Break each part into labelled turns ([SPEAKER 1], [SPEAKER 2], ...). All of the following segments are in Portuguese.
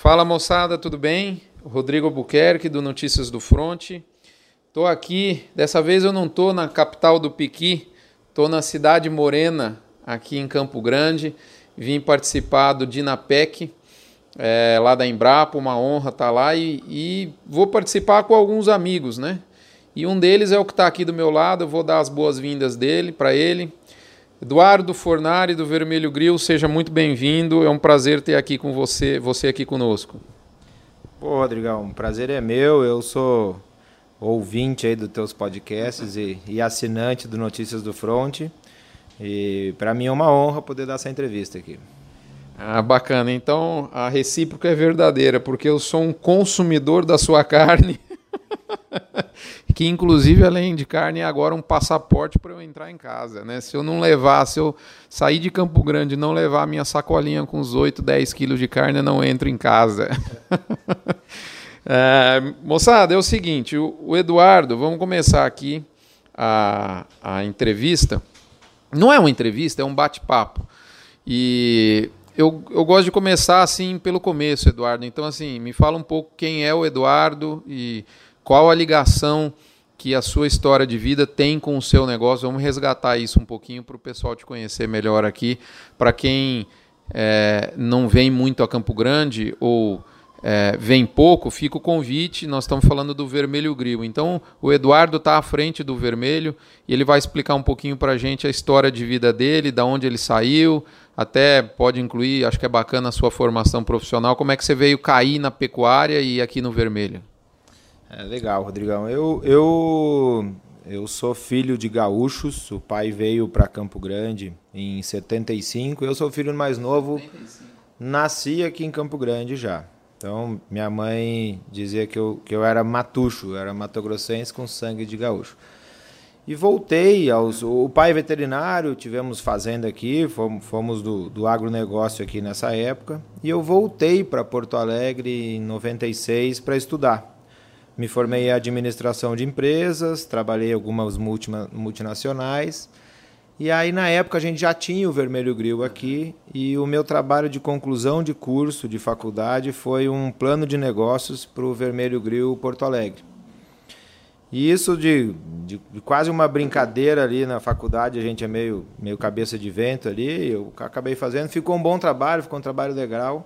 [SPEAKER 1] Fala moçada, tudo bem? Rodrigo Albuquerque do Notícias do Fronte. Estou aqui, dessa vez eu não estou na capital do Piqui, estou na cidade morena, aqui em Campo Grande. Vim participar do Dinapec, lá da Embrapa, uma honra estar lá e vou participar com alguns amigos, né? E um deles é o que está aqui do meu lado, eu vou dar as boas-vindas para ele. Eduardo Fornari, do Vermelho Grill, seja muito bem-vindo. É um prazer ter aqui com você aqui conosco.
[SPEAKER 2] Pô, Rodrigão, o prazer é meu. Eu sou ouvinte aí dos teus podcasts e assinante do Notícias do Fronte. E para mim é uma honra poder dar essa entrevista aqui.
[SPEAKER 1] Ah, bacana. Então a recíproca é verdadeira, porque eu sou um consumidor da sua carne. Que inclusive, além de carne, é agora um passaporte para eu entrar em casa, né? Se eu sair de Campo Grande e não levar a minha sacolinha com os 8, 10 quilos de carne, eu não entro em casa. Moçada, é o seguinte, o Eduardo, vamos começar aqui a entrevista. Não é uma entrevista, é um bate-papo. E eu gosto de começar assim pelo começo, Eduardo. Então, assim, me fala um pouco quem é o Eduardo e qual a ligação que a sua história de vida tem com o seu negócio. Vamos resgatar isso um pouquinho para o pessoal te conhecer melhor aqui. Para quem não vem muito a Campo Grande ou vem pouco, fica o convite. Nós estamos falando do Vermelho Grill. Então, o Eduardo está à frente do Vermelho e ele vai explicar um pouquinho para a gente a história de vida dele, da onde ele saiu, até pode incluir, acho que é bacana a sua formação profissional. Como é que você veio cair na pecuária e aqui no Vermelho?
[SPEAKER 2] Legal, Rodrigão. Eu sou filho de gaúchos. O pai veio para Campo Grande em 75. Eu sou o filho mais novo. 75. Nasci aqui em Campo Grande já. Então, minha mãe dizia que eu era matucho, eu era matogrossense com sangue de gaúcho. E voltei o pai é veterinário, tivemos fazenda aqui, fomos do agronegócio aqui nessa época. E eu voltei para Porto Alegre em 96 para estudar. Me formei em administração de empresas, trabalhei em algumas multinacionais. E aí, na época, a gente já tinha o Vermelho Grill aqui. E o meu trabalho de conclusão de curso de faculdade foi um plano de negócios para o Vermelho Grill Porto Alegre. E isso de quase uma brincadeira ali na faculdade, a gente é meio cabeça de vento ali. Eu acabei fazendo, ficou um bom trabalho, ficou um trabalho legal.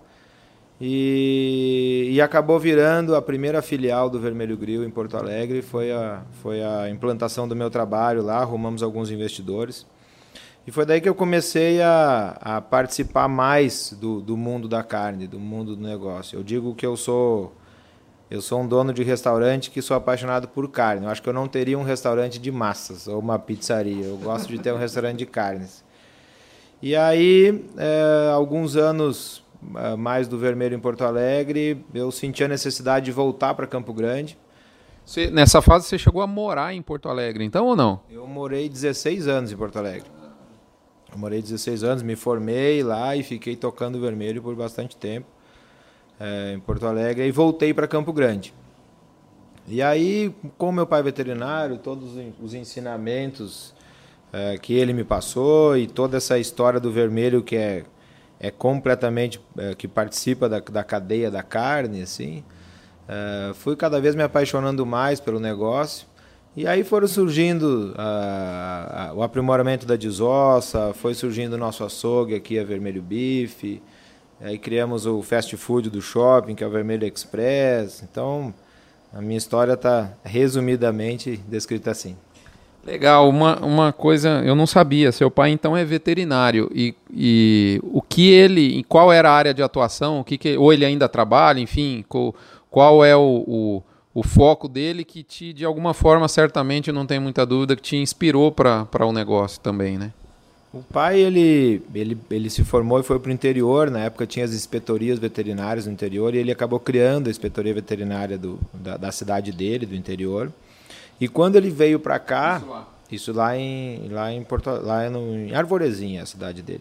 [SPEAKER 2] E acabou virando a primeira filial do Vermelho Grill em Porto Alegre. Foi a implantação do meu trabalho lá, arrumamos alguns investidores. E foi daí que eu comecei a participar mais do mundo da carne, do mundo do negócio. Eu digo que eu sou um dono de restaurante que sou apaixonado por carne. Eu acho que eu não teria um restaurante de massas ou uma pizzaria. Eu gosto de ter um restaurante de carnes. E aí, alguns anos mais do Vermelho em Porto Alegre, eu senti a necessidade de voltar para Campo Grande.
[SPEAKER 1] Nessa fase você chegou a morar em Porto Alegre, então, ou não?
[SPEAKER 2] Eu morei 16 anos em Porto Alegre. Eu morei 16 anos, me formei lá e fiquei tocando o Vermelho por bastante tempo em Porto Alegre e voltei para Campo Grande. E aí, com meu pai veterinário, todos os ensinamentos que ele me passou e toda essa história do Vermelho que é completamente, que participa da cadeia da carne, assim, fui cada vez me apaixonando mais pelo negócio. E aí foram surgindo o aprimoramento da desossa, foi surgindo o nosso açougue aqui, a Vermelho Bife, aí criamos o fast food do shopping, que é o Vermelho Express. Então, a minha história está resumidamente descrita assim.
[SPEAKER 1] Legal, uma coisa, eu não sabia, seu pai então é veterinário e qual era a área de atuação, ou ele ainda trabalha, enfim, qual é o foco dele que de alguma forma, certamente, não tem muita dúvida, que te inspirou para o negócio também, né?
[SPEAKER 2] O pai, ele se formou e foi para o interior. Na época tinha as inspetorias veterinárias no interior e ele acabou criando a inspetoria veterinária da cidade dele, do interior. E quando ele veio para cá, isso lá em Arvorezinha, a cidade dele.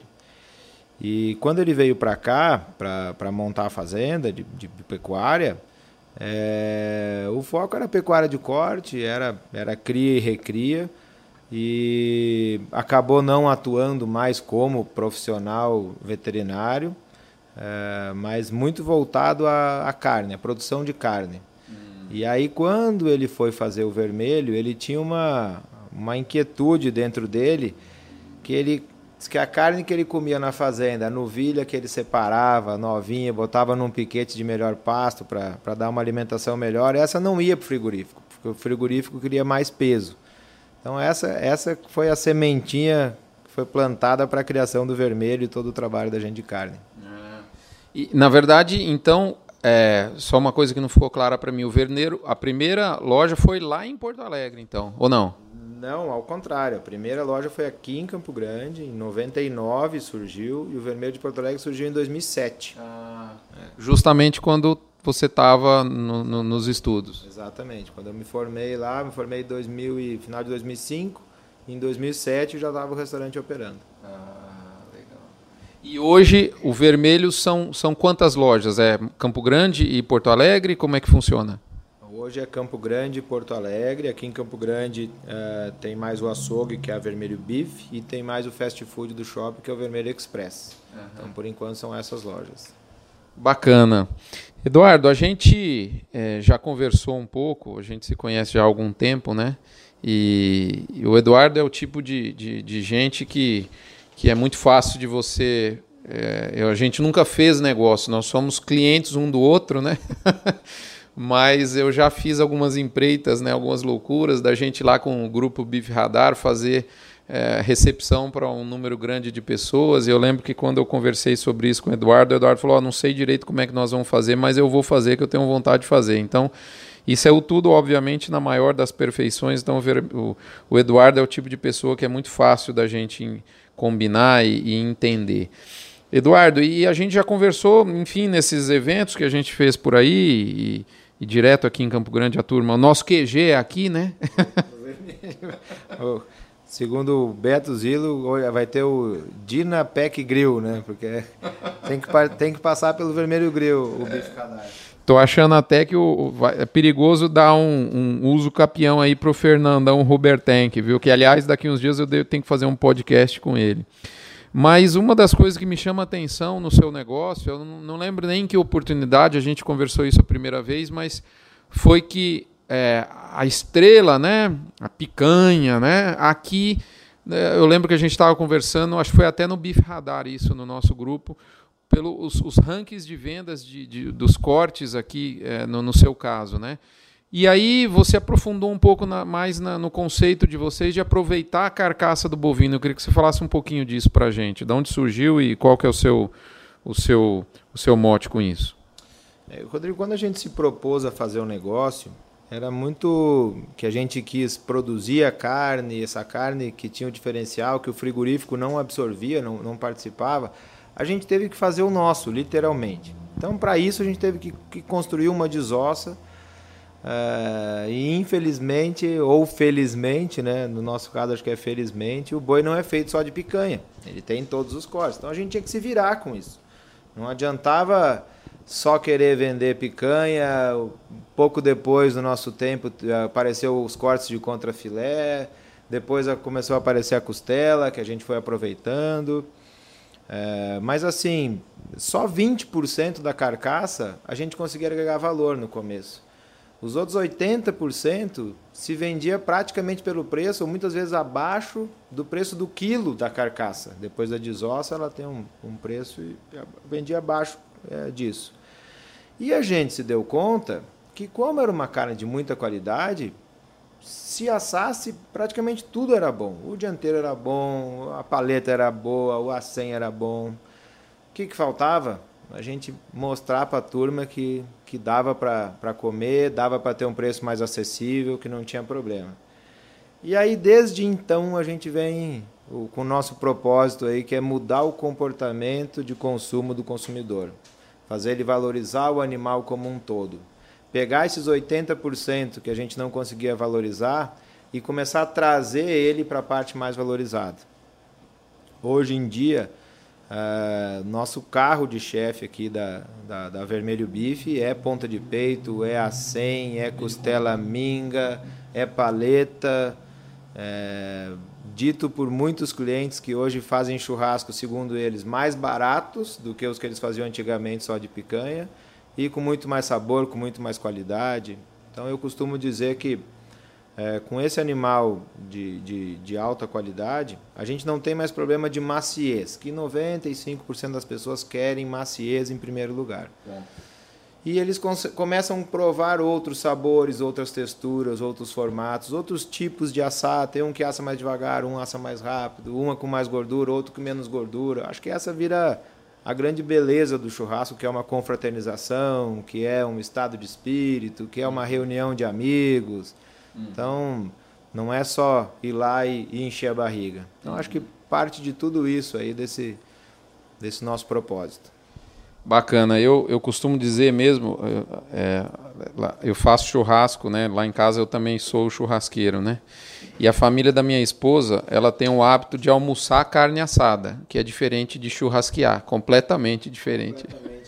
[SPEAKER 2] E quando ele veio para cá, para montar a fazenda de pecuária, o foco era pecuária de corte, era cria e recria. E acabou não atuando mais como profissional veterinário. mas muito voltado à carne, à produção de carne. E aí, quando ele foi fazer o vermelho, ele tinha uma inquietude dentro dele, que a carne que ele comia na fazenda, a novilha que ele separava, novinha, botava num piquete de melhor pasto para dar uma alimentação melhor, essa não ia para o frigorífico, porque o frigorífico queria mais peso. Então essa foi a sementinha que foi plantada para a criação do vermelho e todo o trabalho da gente de carne.
[SPEAKER 1] E, na verdade, então, só uma coisa que não ficou clara para mim, o vermelho, a primeira loja foi lá em Porto Alegre, então, ou não?
[SPEAKER 2] Não, ao contrário. A primeira loja foi aqui em Campo Grande, em 99 surgiu, e o Vermelho de Porto Alegre surgiu em 2007.
[SPEAKER 1] Justamente quando você estava nos estudos.
[SPEAKER 2] Exatamente. Quando eu me formei lá, em final de 2005, em 2007 já estava o restaurante operando.
[SPEAKER 1] Legal. E hoje o Vermelho são quantas lojas? É Campo Grande e Porto Alegre? Como é que funciona?
[SPEAKER 2] Hoje é Campo Grande e Porto Alegre. Aqui em Campo Grande tem mais o açougue, que é a Vermelho Beef, e tem mais o fast food do shopping, que é o Vermelho Express. Então, por enquanto, são essas lojas.
[SPEAKER 1] Bacana. Eduardo, a gente já conversou um pouco, a gente se conhece já há algum tempo, né? E o Eduardo é o tipo de gente que é muito fácil de você... a gente nunca fez negócio, nós somos clientes um do outro, né? Mas eu já fiz algumas empreitas, né, algumas loucuras da gente lá com o grupo Beef Radar fazer recepção para um número grande de pessoas. E eu lembro que quando eu conversei sobre isso com o Eduardo falou, não sei direito como é que nós vamos fazer, mas eu vou fazer, que eu tenho vontade de fazer. Então, isso é o tudo, obviamente, na maior das perfeições. Então, o Eduardo é o tipo de pessoa que é muito fácil da gente combinar e entender. Eduardo, e a gente já conversou, enfim, nesses eventos que a gente fez por aí e direto aqui em Campo Grande, a turma. O nosso QG é aqui, né?
[SPEAKER 2] Segundo o Beto Zilo, vai ter o Dinapec Grill, né? Porque tem que passar pelo Vermelho Grill, o Beef Radar.
[SPEAKER 1] Tô achando até que é perigoso dar um uso capião aí pro Fernandão Rubertank, viu? Que, aliás, daqui uns dias eu tenho que fazer um podcast com ele. Mas uma das coisas que me chama a atenção no seu negócio, eu não lembro nem em que oportunidade a gente conversou isso a primeira vez, mas foi que a estrela, né, a picanha, né, aqui, eu lembro que a gente estava conversando, acho que foi até no Beef Radar isso, no nosso grupo, pelos os rankings de vendas dos cortes aqui, no seu caso, né? E aí você aprofundou um pouco mais no conceito de vocês de aproveitar a carcaça do bovino. Eu queria que você falasse um pouquinho disso para a gente. De onde surgiu e qual que é o seu mote com isso?
[SPEAKER 2] Rodrigo, quando a gente se propôs a fazer um negócio, era muito que a gente quis produzir a carne, essa carne que tinha um diferencial, que o frigorífico não absorvia, não participava. A gente teve que fazer o nosso, literalmente. Então, para isso, a gente teve que construir uma desossa. E infelizmente ou felizmente, né, no nosso caso acho que é felizmente, o boi não é feito só de picanha, ele tem todos os cortes, então a gente tinha que se virar com isso. Não adiantava só querer vender picanha. Pouco depois do nosso tempo apareceu os cortes de contrafilé, depois começou a aparecer a costela, que a gente foi aproveitando. Mas assim, só 20% da carcaça a gente conseguia agregar valor no começo. Os outros 80% se vendia praticamente pelo preço, ou muitas vezes abaixo do preço do quilo da carcaça. Depois da desossa, ela tem um preço e vendia abaixo disso. E a gente se deu conta que, como era uma carne de muita qualidade, se assasse, praticamente tudo era bom. O dianteiro era bom, a paleta era boa, o acém era bom. O que faltava? A gente mostrar para a turma que dava para comer, dava para ter um preço mais acessível, que não tinha problema. E aí, desde então, a gente vem com o nosso propósito aí, que é mudar o comportamento de consumo do consumidor. Fazer ele valorizar o animal como um todo. Pegar esses 80% que a gente não conseguia valorizar e começar a trazer ele para a parte mais valorizada. Hoje em dia, nosso carro de chefe aqui da Vermelho Beef é ponta de peito, é acém, é costela minga, é paleta, dito por muitos clientes que hoje fazem churrasco, segundo eles, mais baratos do que os que eles faziam antigamente só de picanha e com muito mais sabor, com muito mais qualidade. Então eu costumo dizer que com esse animal de alta qualidade, a gente não tem mais problema de maciez, que 95% das pessoas querem maciez em primeiro lugar. E eles começam a provar outros sabores, outras texturas, outros formatos, outros tipos de assar. Tem um que assa mais devagar, um assa mais rápido, uma com mais gordura, outro com menos gordura. Acho que essa vira a grande beleza do churrasco, que é uma confraternização, que é um estado de espírito, que é uma reunião de amigos. Então, não é só ir lá e encher a barriga. Então, acho que parte de tudo isso aí, desse nosso propósito.
[SPEAKER 1] Bacana. Eu costumo dizer mesmo, eu faço churrasco, né? Lá em casa eu também sou churrasqueiro, né? E a família da minha esposa, ela tem o hábito de almoçar carne assada, que é diferente de churrasquear, completamente diferente.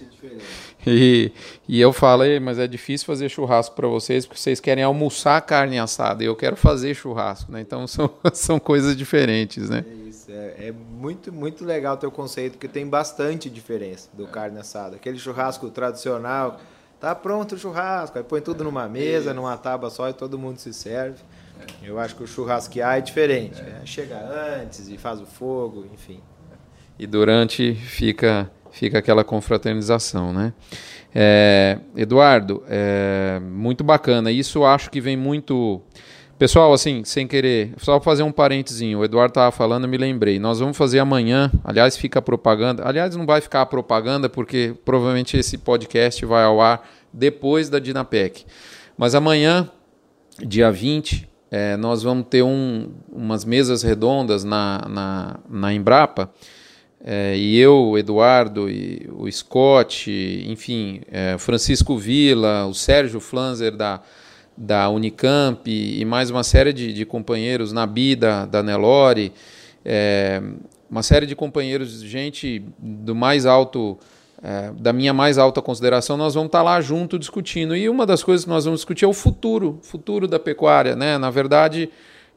[SPEAKER 1] E eu falei, mas é difícil fazer churrasco para vocês, porque vocês querem almoçar carne assada, e eu quero fazer churrasco, né? Então são coisas diferentes, né?
[SPEAKER 2] É muito, muito legal o teu conceito, porque tem bastante diferença do carne assada. Aquele churrasco tradicional, tá pronto o churrasco, aí põe tudo numa mesa, numa tábua só e todo mundo se serve. Eu acho que o churrasquear é diferente, né? Chega antes e faz o fogo, enfim.
[SPEAKER 1] E durante fica aquela confraternização, né? Eduardo, muito bacana. Isso eu acho que vem muito... Pessoal, assim, sem querer, só fazer um parentezinho, o Eduardo estava falando, eu me lembrei, nós vamos fazer amanhã, aliás, fica a propaganda, aliás, não vai ficar a propaganda, porque provavelmente esse podcast vai ao ar depois da Dinapec, mas amanhã, dia 20, nós vamos ter umas mesas redondas na Embrapa, e eu, o Eduardo, e o Scott, enfim, Francisco Villa, o Sérgio Flanzer da Unicamp e mais uma série de companheiros, Nabi da Nelore, uma série de companheiros, gente do mais alto, da minha mais alta consideração, nós vamos estar lá junto discutindo. E uma das coisas que nós vamos discutir é o futuro da pecuária, né? Na verdade,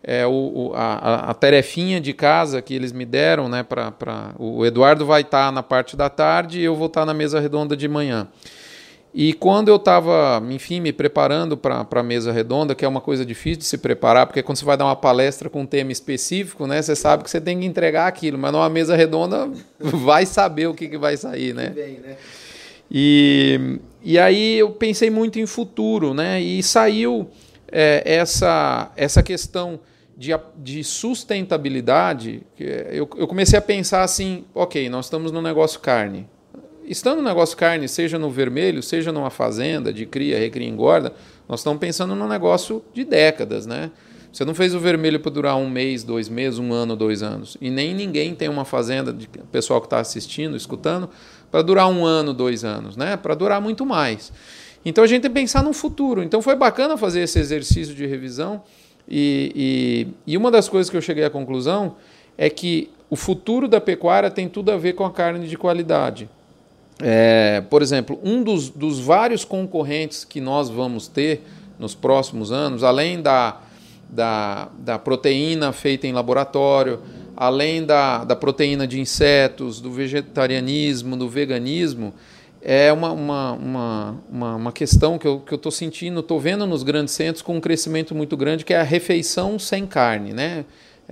[SPEAKER 1] a tarefinha de casa que eles me deram, né? O Eduardo vai estar na parte da tarde e eu vou estar na mesa redonda de manhã. E quando eu estava, enfim, me preparando para a mesa redonda, que é uma coisa difícil de se preparar, porque quando você vai dar uma palestra com um tema específico, né, você sabe que você tem que entregar aquilo, mas numa mesa redonda vai saber o que vai sair, né? E aí eu pensei muito em futuro, né? E saiu essa questão de sustentabilidade. Eu comecei a pensar assim, ok, nós estamos no negócio carne. Estando no negócio carne, seja no vermelho, seja numa fazenda de cria, recria, engorda, nós estamos pensando num negócio de décadas, né? Você não fez o vermelho para durar 1 mês, 2 meses, 1 ano, 2 anos. E nem ninguém tem uma fazenda, pessoal que está assistindo, escutando, para durar 1 ano, 2 anos, né? Para durar muito mais. Então a gente tem que pensar no futuro. Então foi bacana fazer esse exercício de revisão. E uma das coisas que eu cheguei à conclusão é que o futuro da pecuária tem tudo a ver com a carne de qualidade. Por exemplo, um dos vários concorrentes que nós vamos ter nos próximos anos, além da proteína feita em laboratório, além da proteína de insetos, do vegetarianismo, do veganismo, é uma questão que eu estou sentindo, estou vendo nos grandes centros com um crescimento muito grande, que é a refeição sem carne, né?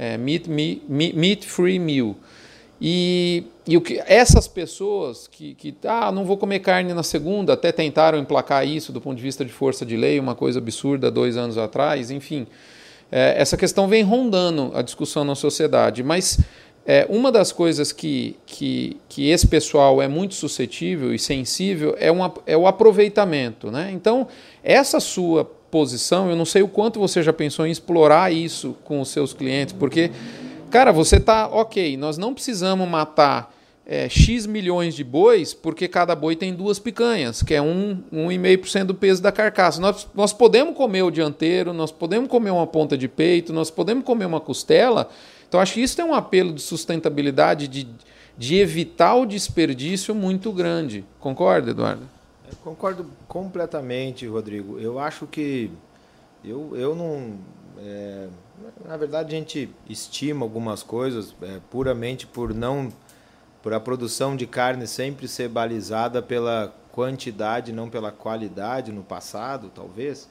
[SPEAKER 1] Meat-free meal. E essas pessoas que não vou comer carne na segunda, até tentaram emplacar isso do ponto de vista de força de lei, uma coisa absurda 2 anos atrás, enfim, essa questão vem rondando a discussão na sociedade, mas uma das coisas que esse pessoal é muito suscetível e sensível é o aproveitamento, né? Então, essa sua posição, eu não sei o quanto você já pensou em explorar isso com os seus clientes, porque... Cara, você está ok, nós não precisamos matar X milhões de bois porque cada boi tem 2 picanhas, que é 1,5% do peso da carcaça. Nós podemos comer o dianteiro, nós podemos comer uma ponta de peito, nós podemos comer uma costela. Então, acho que isso tem um apelo de sustentabilidade, de evitar o desperdício muito grande. Concorda, Eduardo?
[SPEAKER 2] Eu concordo completamente, Rodrigo. Eu acho que eu Na verdade, a gente estima algumas coisas puramente por a produção de carne sempre ser balizada pela quantidade, não pela qualidade no passado, talvez.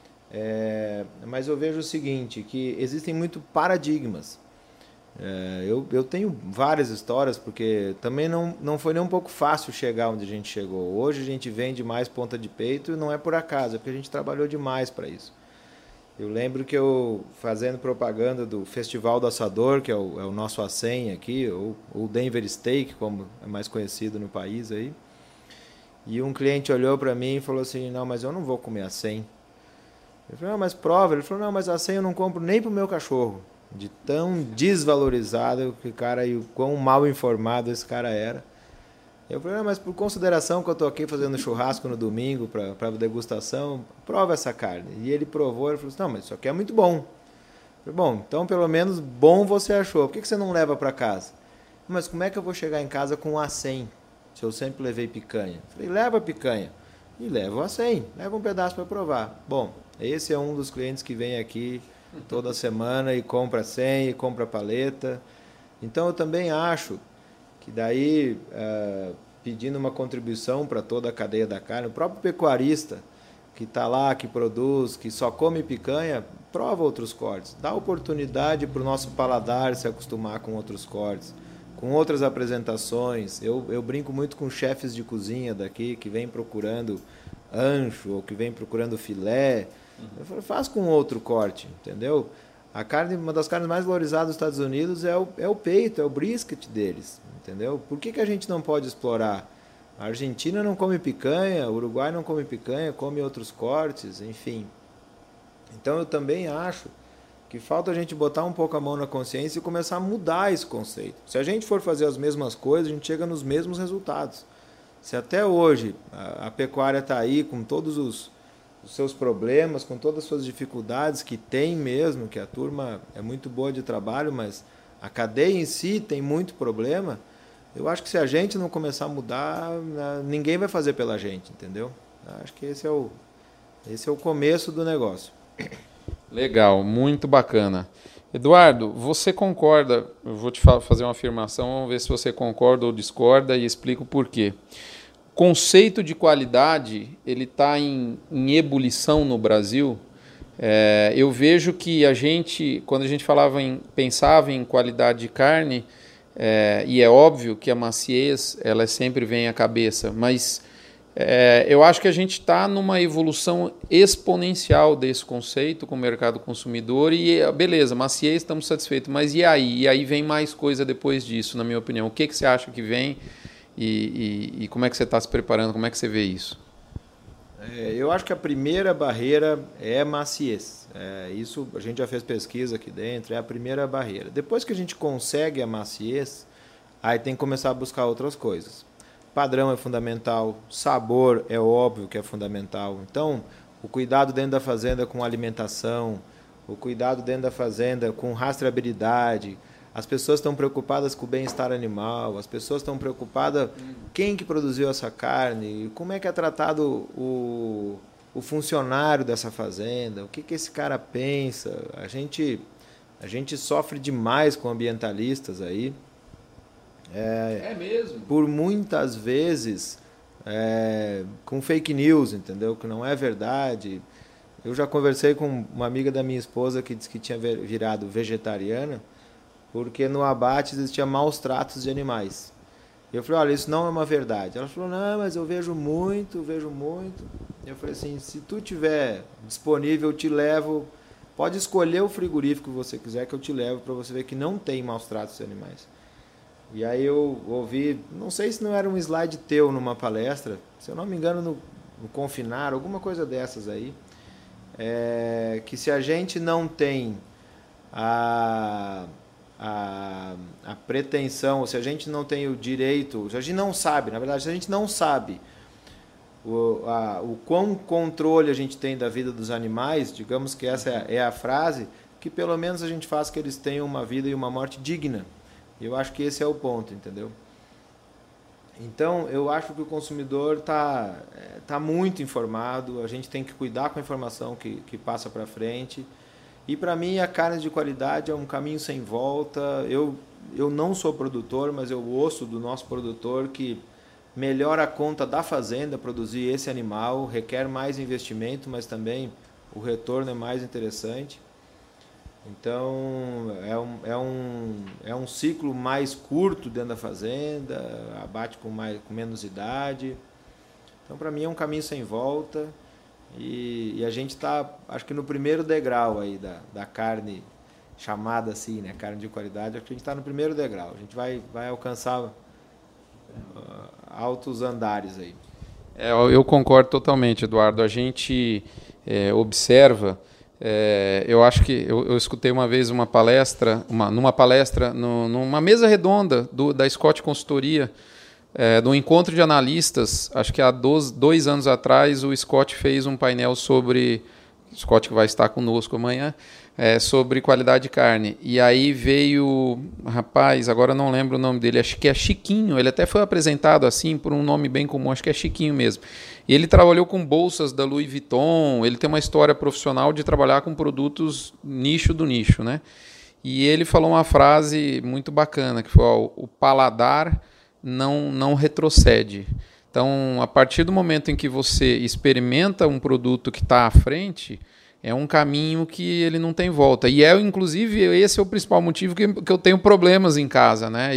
[SPEAKER 2] Mas eu vejo o seguinte, que existem muito paradigmas. Eu tenho várias histórias, porque também não foi nem um pouco fácil chegar onde a gente chegou. Hoje a gente vende mais ponta de peito e não é por acaso, é porque a gente trabalhou demais para isso. Eu lembro que eu, fazendo propaganda do Festival do Assador, que é o nosso Acém aqui, ou Denver Steak, como é mais conhecido no país aí, e um cliente olhou para mim e falou assim, não, mas eu não vou comer Acém. Eu falei, não, mas prova. Ele falou, não, mas Acém eu não compro nem pro meu cachorro. De tão desvalorizado que o cara, e o quão mal informado esse cara era. Eu falei, não, mas por consideração que eu tô aqui fazendo churrasco no domingo para degustação, prova essa carne. E ele provou, ele falou assim, não, mas isso aqui é muito bom. Eu falei, bom, então pelo menos bom você achou. Por que você não leva para casa? Mas como é que eu vou chegar em casa com A100, se eu sempre levei picanha? Eu falei, leva picanha. E leva o A100, leva um pedaço para provar. Bom, esse é um dos clientes que vem aqui toda semana e compra 100 e compra paleta. Então eu também acho que daí, pedindo uma contribuição para toda a cadeia da carne, o próprio pecuarista que está lá, que produz, que só come picanha, prova outros cortes. Dá oportunidade para o nosso paladar se acostumar com outros cortes, com outras apresentações. Eu brinco muito com chefes de cozinha daqui que vem procurando ancho ou que vem procurando filé. Eu falo, faz com outro corte, entendeu? A carne, uma das carnes mais valorizadas dos Estados Unidos é o peito, é o brisket deles, entendeu? Por que a gente não pode explorar? A Argentina não come picanha, o Uruguai não come picanha, come outros cortes, enfim. Então eu também acho que falta a gente botar um pouco a mão na consciência e começar a mudar esse conceito. Se a gente for fazer as mesmas coisas, a gente chega nos mesmos resultados. Se até hoje a pecuária está aí com todos os seus problemas, com todas as suas dificuldades que tem mesmo, que a turma é muito boa de trabalho, mas a cadeia em si tem muito problema, eu acho que se a gente não começar a mudar, ninguém vai fazer pela gente, entendeu? Acho que esse é o começo do negócio.
[SPEAKER 1] Legal, muito bacana. Eduardo, você concorda? Eu vou te fazer uma afirmação, vamos ver se você concorda ou discorda e explico por quê. O conceito de qualidade, ele está em ebulição no Brasil. Eu vejo que quando a gente pensava em qualidade de carne, e é óbvio que a maciez, ela sempre vem à cabeça, mas eu acho que a gente está numa evolução exponencial desse conceito com o mercado consumidor e, beleza, maciez, estamos satisfeitos, mas e aí? E aí vem mais coisa depois disso, na minha opinião. O que você acha que vem e como é que você está se preparando? Como é que você vê isso?
[SPEAKER 2] Eu acho que a primeira barreira é maciez. Isso a gente já fez pesquisa aqui dentro, é a primeira barreira. Depois que a gente consegue a maciez, aí tem que começar a buscar outras coisas. Padrão é fundamental, sabor é óbvio que é fundamental. Então, o cuidado dentro da fazenda com alimentação, o cuidado dentro da fazenda com rastreabilidade. As pessoas estão preocupadas com o bem-estar animal, as pessoas estão preocupadas quem que produziu essa carne, como é que é tratado o funcionário dessa fazenda, o que esse cara pensa. A gente sofre demais com ambientalistas aí.
[SPEAKER 1] É mesmo?
[SPEAKER 2] Por muitas vezes com fake news, entendeu? Que não é verdade. Eu já conversei com uma amiga da minha esposa que disse que tinha virado vegetariana porque no abate existia maus tratos de animais. Eu falei, olha, isso não é uma verdade. Ela falou, não, mas eu vejo muito. Eu falei assim, se tu tiver disponível, eu te levo. Pode escolher o frigorífico que você quiser que eu te levo para você ver que não tem maus tratos de animais. E aí eu ouvi, não sei se não era um slide teu numa palestra, se eu não me engano no Confinar, alguma coisa dessas aí, que se a gente não tem a pretensão, ou se a gente não tem o direito, se a gente não sabe, na verdade, se a gente não sabe o quão controle a gente tem da vida dos animais, digamos que essa é a frase, que pelo menos a gente faz que eles tenham uma vida e uma morte digna. Eu acho que esse é o ponto, entendeu? Então, eu acho que o consumidor tá muito informado, a gente tem que cuidar com a informação que passa para frente E para mim a carne de qualidade é um caminho sem volta. Eu não sou produtor, mas eu ouço do nosso produtor que melhora a conta da fazenda produzir esse animal, requer mais investimento, mas também o retorno é mais interessante. Então é um ciclo mais curto dentro da fazenda, abate com menos idade. Então para mim é um caminho sem volta e a gente está, acho que no primeiro degrau aí da carne chamada assim, né, carne de qualidade. Acho que a gente está no primeiro degrau. A gente vai alcançar altos andares aí.
[SPEAKER 1] Eu concordo totalmente, Eduardo. A gente observa. Eu acho que eu escutei uma vez uma palestra, numa mesa redonda da Scott Consultoria, no encontro de analistas. Acho que há 2 anos atrás o Scott fez um painel sobre. Scott, que vai estar conosco amanhã, sobre qualidade de carne. E aí veio, rapaz, agora eu não lembro o nome dele, acho que é Chiquinho, ele até foi apresentado assim por um nome bem comum, acho que é Chiquinho mesmo. E ele trabalhou com bolsas da Louis Vuitton, ele tem uma história profissional de trabalhar com produtos nicho do nicho, né? E ele falou uma frase muito bacana, que foi: o paladar não retrocede. Então, a partir do momento em que você experimenta um produto que está à frente, é um caminho que ele não tem volta. E inclusive, esse é o principal motivo que eu tenho problemas em casa, né?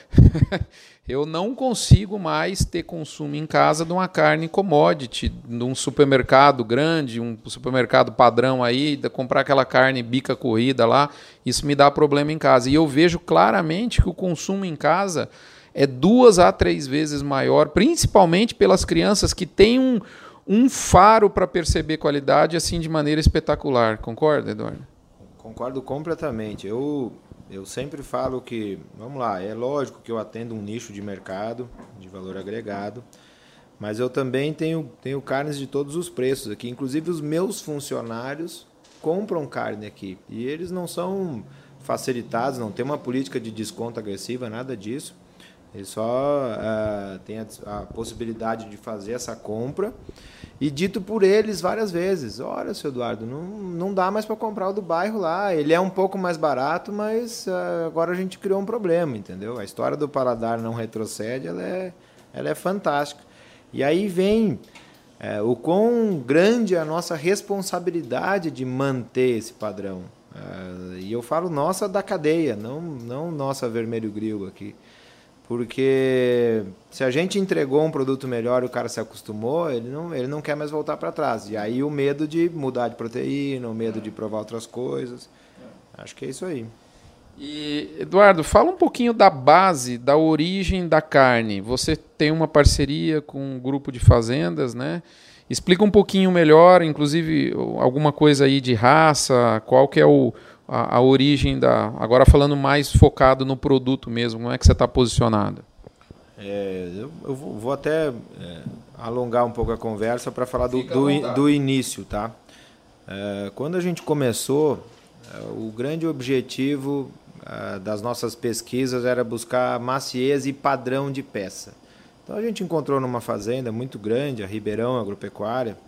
[SPEAKER 1] Eu não consigo mais ter consumo em casa de uma carne commodity, de um supermercado grande, um supermercado padrão aí, de comprar aquela carne bica corrida lá. Isso me dá problema em casa. E eu vejo claramente que o consumo em casa é 2 a 3 vezes maior, principalmente pelas crianças que têm um faro para perceber qualidade assim de maneira espetacular. Concorda, Eduardo?
[SPEAKER 2] Concordo completamente. Eu sempre falo que, vamos lá, é lógico que eu atendo um nicho de mercado, de valor agregado, mas eu também tenho carnes de todos os preços aqui. Inclusive os meus funcionários compram carne aqui e eles não são facilitados, não tem uma política de desconto agressiva, nada disso. Eles só têm a possibilidade de fazer essa compra e dito por eles várias vezes: olha, seu Eduardo, não dá mais para comprar o do bairro lá, ele é um pouco mais barato, mas agora a gente criou um problema, entendeu? A história do paladar não retrocede, ela é fantástica. E aí vem o quão grande é a nossa responsabilidade de manter esse padrão. E eu falo nossa da cadeia, não nossa Vermelho Grill aqui. Porque se a gente entregou um produto melhor e o cara se acostumou, ele não quer mais voltar para trás. E aí o medo de mudar de proteína, o medo de provar outras coisas. Acho que é isso aí.
[SPEAKER 1] E, Eduardo, fala um pouquinho da base, da origem da carne. Você tem uma parceria com um grupo de fazendas, né? Explica um pouquinho melhor, inclusive alguma coisa aí de raça, qual que é a origem agora falando mais focado no produto mesmo, como é que você está posicionado?
[SPEAKER 2] Eu vou até alongar um pouco a conversa para falar do início, tá? Quando a gente começou, o grande objetivo das nossas pesquisas era buscar maciez e padrão de peça. Então a gente encontrou numa fazenda muito grande, a Ribeirão Agropecuária,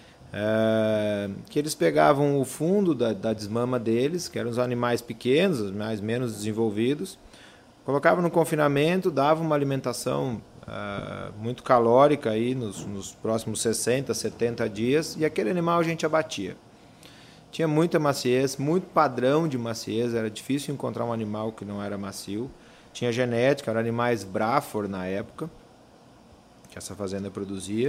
[SPEAKER 2] que eles pegavam o fundo da desmama deles, que eram os animais pequenos, os animais menos desenvolvidos, colocavam no confinamento, davam uma alimentação muito calórica aí nos próximos 60, 70 dias, e aquele animal a gente abatia. Tinha muita maciez, muito padrão de maciez, era difícil encontrar um animal que não era macio. Tinha genética, eram animais Braathor na época, que essa fazenda produzia.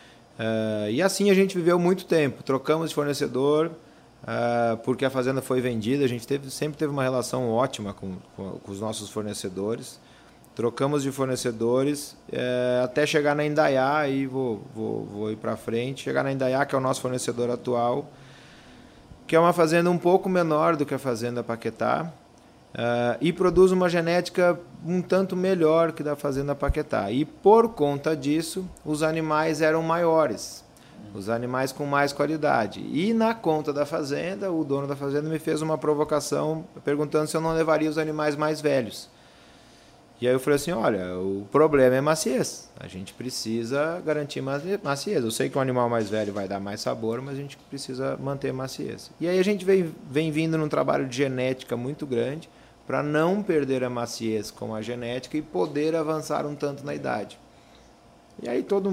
[SPEAKER 2] E assim a gente viveu muito tempo. Trocamos de fornecedor porque a fazenda foi vendida. A gente sempre teve uma relação ótima com os nossos fornecedores. Trocamos de fornecedores até chegar na Indaiá, e vou ir para frente. Chegar na Indaiá, que é o nosso fornecedor atual, que é uma fazenda um pouco menor do que a fazenda Paquetá, e produz uma genética um tanto melhor que da fazenda Paquetá. E por conta disso, os animais eram maiores, os animais com mais qualidade. E na conta da fazenda, o dono da fazenda me fez uma provocação perguntando se eu não levaria os animais mais velhos. E aí eu falei assim, olha, o problema é maciez. A gente precisa garantir maciez. Eu sei que um animal mais velho vai dar mais sabor, mas a gente precisa manter maciez. E aí a gente vem vindo num trabalho de genética muito grande para não perder a maciez com a genética e poder avançar um tanto na idade. E aí todo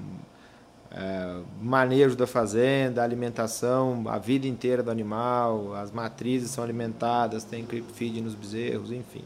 [SPEAKER 2] manejo da fazenda, alimentação, a vida inteira do animal, as matrizes são alimentadas, tem creep feed nos bezerros, enfim.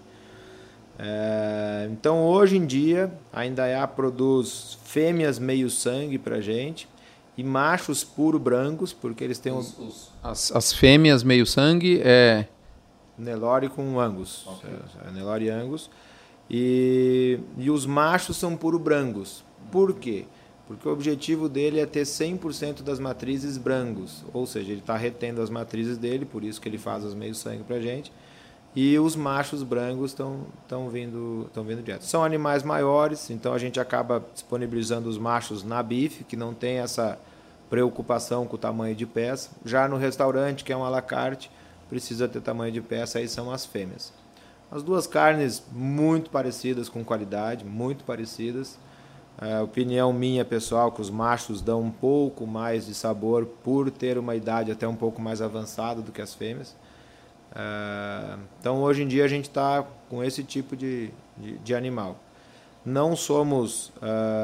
[SPEAKER 2] Então hoje em dia a Indaiá produz fêmeas meio sangue pra gente e machos puro brancos, porque eles têm
[SPEAKER 1] as fêmeas meio sangue é
[SPEAKER 2] Nelore com Angus,
[SPEAKER 1] okay.
[SPEAKER 2] Nelore Angus, e os machos são puro brancos. Por quê? Porque o objetivo dele é ter 100% das matrizes brancos, ou seja, ele está retendo as matrizes dele, por isso que ele faz os meio sangue pra gente. E os machos brancos estão vindo direto. São animais maiores, então a gente acaba disponibilizando os machos na bife, que não tem essa preocupação com o tamanho de peça. Já no restaurante, que é um à la carte, precisa ter tamanho de peça, aí são as fêmeas. As duas carnes muito parecidas com qualidade, muito parecidas. Opinião minha pessoal, que os machos dão um pouco mais de sabor por ter uma idade até um pouco mais avançada do que as fêmeas. Então hoje em dia a gente está com esse tipo de animal. Não somos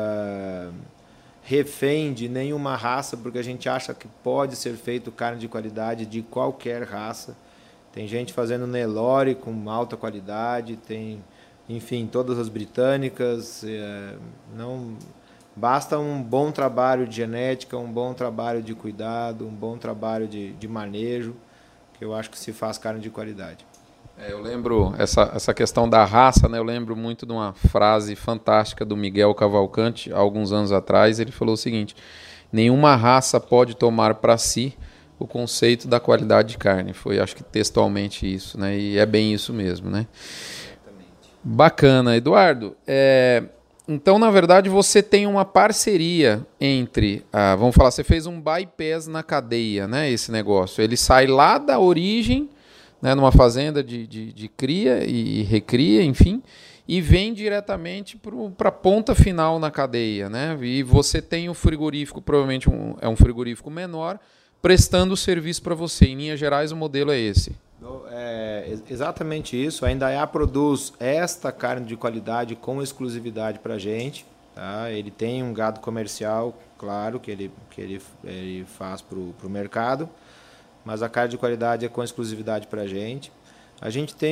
[SPEAKER 2] refém de nenhuma raça, porque a gente acha que pode ser feito carne de qualidade de qualquer raça. Tem gente fazendo Nelore com alta qualidade, tem, enfim, todas as britânicas. Não basta um bom trabalho de genética, um bom trabalho de cuidado, um bom trabalho de manejo, que eu acho que se faz carne de qualidade.
[SPEAKER 1] Eu lembro, essa questão da raça, né, eu lembro muito de uma frase fantástica do Miguel Cavalcante, há alguns anos atrás. Ele falou o seguinte: nenhuma raça pode tomar para si o conceito da qualidade de carne. Foi, acho que textualmente isso, né? E é bem isso mesmo, né? Exatamente. Bacana, Eduardo. Então, na verdade, você tem uma parceria entre, vamos falar, você fez um bypass na cadeia, né? Esse negócio. Ele sai lá da origem, né, numa fazenda de cria e recria, enfim, e vem diretamente para a ponta final na cadeia, né? E você tem o frigorífico, provavelmente é um frigorífico menor, prestando o serviço para você. Em linhas gerais, o modelo é esse.
[SPEAKER 2] Exatamente isso. A Indaiá produz esta carne de qualidade com exclusividade para a gente. Tá? Ele tem um gado comercial, claro, que ele faz para o mercado, mas a carne de qualidade é com exclusividade para a gente. A gente tem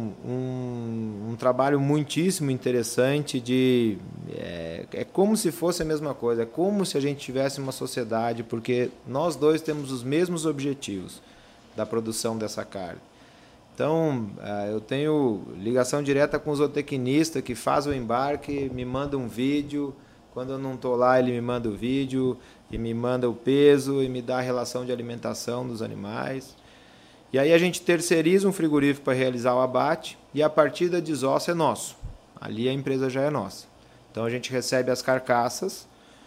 [SPEAKER 2] um trabalho muitíssimo interessante é como se fosse a mesma coisa, é como se a gente tivesse uma sociedade, porque nós dois temos os mesmos objetivos da produção dessa carne. Então, eu tenho ligação direta com o zootecnista que faz o embarque, me manda um vídeo, quando eu não estou lá ele me manda o vídeo, e me manda o peso, e me dá a relação de alimentação dos animais. E aí a gente terceiriza um frigorífico para realizar o abate, e a partir da desossa é nosso. Ali a empresa já é nossa. Então a gente recebe as carcaças,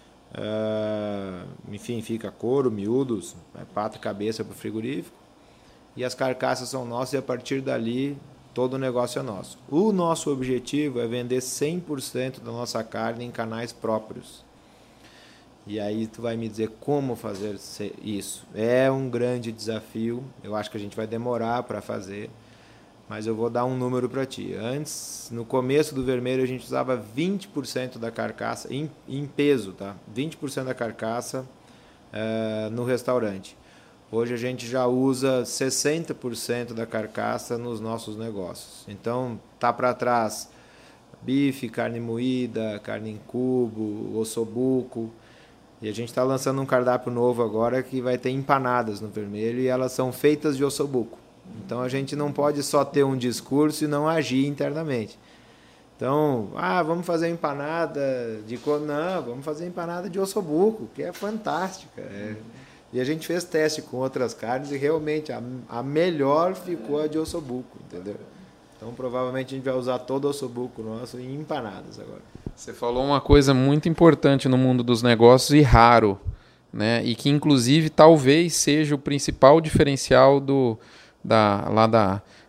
[SPEAKER 2] enfim, fica couro, miúdos, pata e cabeça para o frigorífico, e as carcaças são nossas, e a partir dali todo o negócio é nosso. O nosso objetivo é vender 100% da nossa carne em canais próprios. E aí tu vai me dizer como fazer isso. É um grande desafio, eu acho que a gente vai demorar para fazer, mas eu vou dar um número para ti. Antes, no começo do vermelho, a gente usava 20% da carcaça, em peso, tá? 20% da carcaça no restaurante. Hoje a gente já usa 60% da carcaça nos nossos negócios. Então, tá para trás bife, carne moída, carne em cubo, ossobuco. E a gente está lançando um cardápio novo agora que vai ter empanadas no vermelho e elas são feitas de ossobuco. Então a gente não pode só ter um discurso e não agir internamente. Então, vamos fazer empanada de... Não, vamos fazer empanada de ossobuco, que é fantástica. E a gente fez teste com outras carnes e realmente a melhor ficou a de ossobuco, entendeu? Então provavelmente a gente vai usar todo o ossobuco nosso em empanadas agora.
[SPEAKER 1] Você falou uma coisa muito importante no mundo dos negócios e raro, né? E que inclusive talvez seja o principal diferencial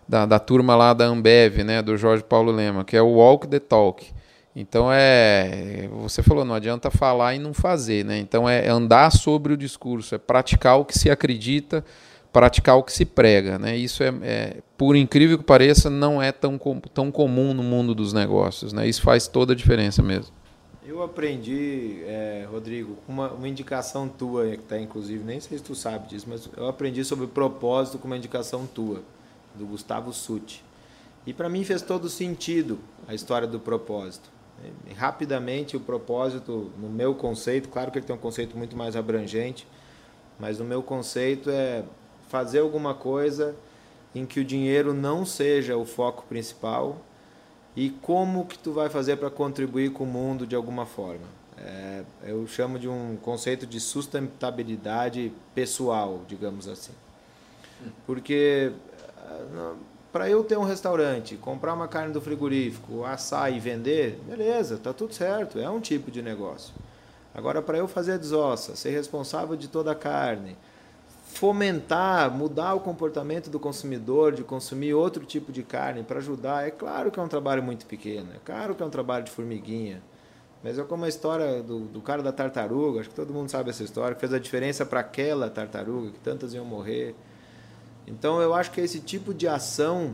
[SPEAKER 1] da turma lá da Ambev, né, do Jorge Paulo Lema, que é o Walk the Talk. Então você falou, não adianta falar e não fazer, né? Então é andar sobre o discurso, é praticar o que se acredita, praticar o que se prega, né? Isso por incrível que pareça, não é tão comum no mundo dos negócios, né? Isso faz toda a diferença mesmo.
[SPEAKER 2] Eu aprendi, Rodrigo, uma indicação tua, que está inclusive, nem sei se tu sabe disso, mas eu aprendi sobre propósito com uma indicação tua, do Gustavo Sutti. E para mim fez todo sentido a história do propósito. E, rapidamente, o propósito, no meu conceito, claro que ele tem um conceito muito mais abrangente, mas no meu conceito é fazer alguma coisa em que o dinheiro não seja o foco principal e como que tu vai fazer para contribuir com o mundo de alguma forma. Eu chamo de um conceito de sustentabilidade pessoal, digamos assim. Porque para eu ter um restaurante, comprar uma carne do frigorífico, assar e vender, beleza, tá tudo certo, é um tipo de negócio. Agora, para eu fazer a desossa, ser responsável de toda a carne, fomentar, mudar o comportamento do consumidor, de consumir outro tipo de carne para ajudar, é claro que é um trabalho muito pequeno, é claro que é um trabalho de formiguinha, mas é como a história do cara da tartaruga, acho que todo mundo sabe essa história, que fez a diferença para aquela tartaruga, que tantas iam morrer. Então eu acho que é esse tipo de ação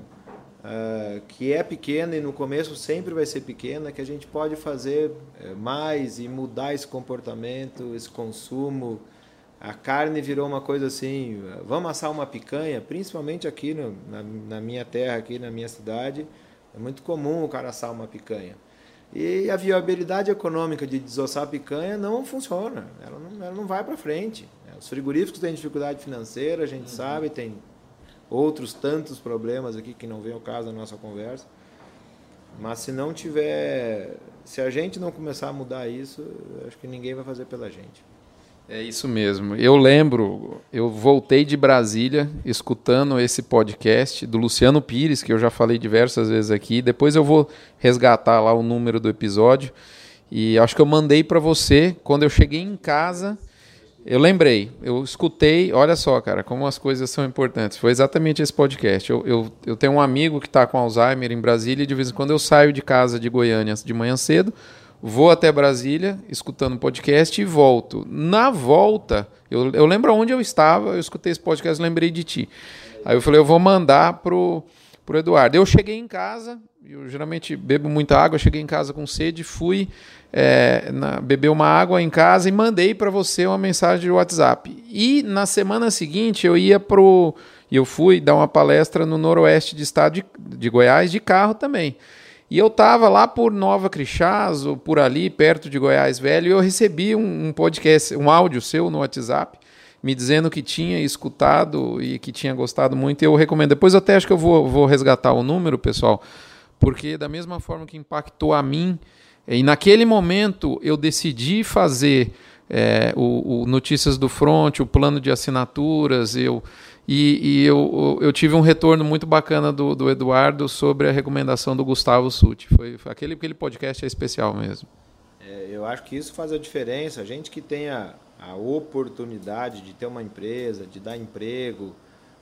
[SPEAKER 2] que é pequena e no começo sempre vai ser pequena, que a gente pode fazer mais e mudar esse comportamento, esse consumo. A carne virou uma coisa assim, vamos assar uma picanha, principalmente aqui na minha terra, aqui na minha cidade, é muito comum o cara assar uma picanha. E a viabilidade econômica de desossar a picanha não funciona, ela não vai para frente. Os frigoríficos têm dificuldade financeira, a gente sabe, tem outros tantos problemas aqui que não vem ao caso da nossa conversa. Mas se a gente não começar a mudar isso, acho que ninguém vai fazer pela gente.
[SPEAKER 1] É isso mesmo. Eu lembro, eu voltei de Brasília escutando esse podcast do Luciano Pires, que eu já falei diversas vezes aqui. Depois eu vou resgatar lá o número do episódio. E acho que eu mandei para você quando eu cheguei em casa. Eu lembrei, eu escutei, olha só, cara, como as coisas são importantes. Foi exatamente esse podcast. Eu tenho um amigo que está com Alzheimer em Brasília e de vez em quando eu saio de casa de Goiânia de manhã cedo, vou até Brasília, escutando o podcast e volto. Na volta, eu lembro onde eu estava, eu escutei esse podcast, lembrei de ti. Aí eu falei, eu vou mandar pro Eduardo. Eu cheguei em casa, eu geralmente bebo muita água, cheguei em casa com sede, fui beber uma água em casa e mandei para você uma mensagem de WhatsApp. E na semana seguinte eu fui dar uma palestra no noroeste do estado de Goiás, de carro também. E eu estava lá por Nova Crixás, ou por ali, perto de Goiás Velho, e eu recebi um podcast, um áudio seu no WhatsApp, me dizendo que tinha escutado e que tinha gostado muito, e eu recomendo. Depois eu até acho que eu vou resgatar o número, pessoal, porque da mesma forma que impactou a mim, e naquele momento eu decidi fazer o Notícias do Front, o plano de assinaturas, eu tive um retorno muito bacana do Eduardo sobre a recomendação do Gustavo Sutti. Foi aquele podcast é especial mesmo.
[SPEAKER 2] Eu acho que isso faz a diferença. A gente que tem a oportunidade de ter uma empresa, de dar emprego,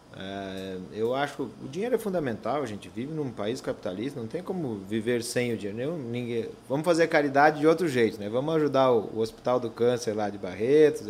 [SPEAKER 2] eu acho que o dinheiro é fundamental. A gente vive num país capitalista, não tem como viver sem o dinheiro. Vamos fazer caridade de outro jeito, né? Vamos ajudar o Hospital do Câncer lá de Barretos,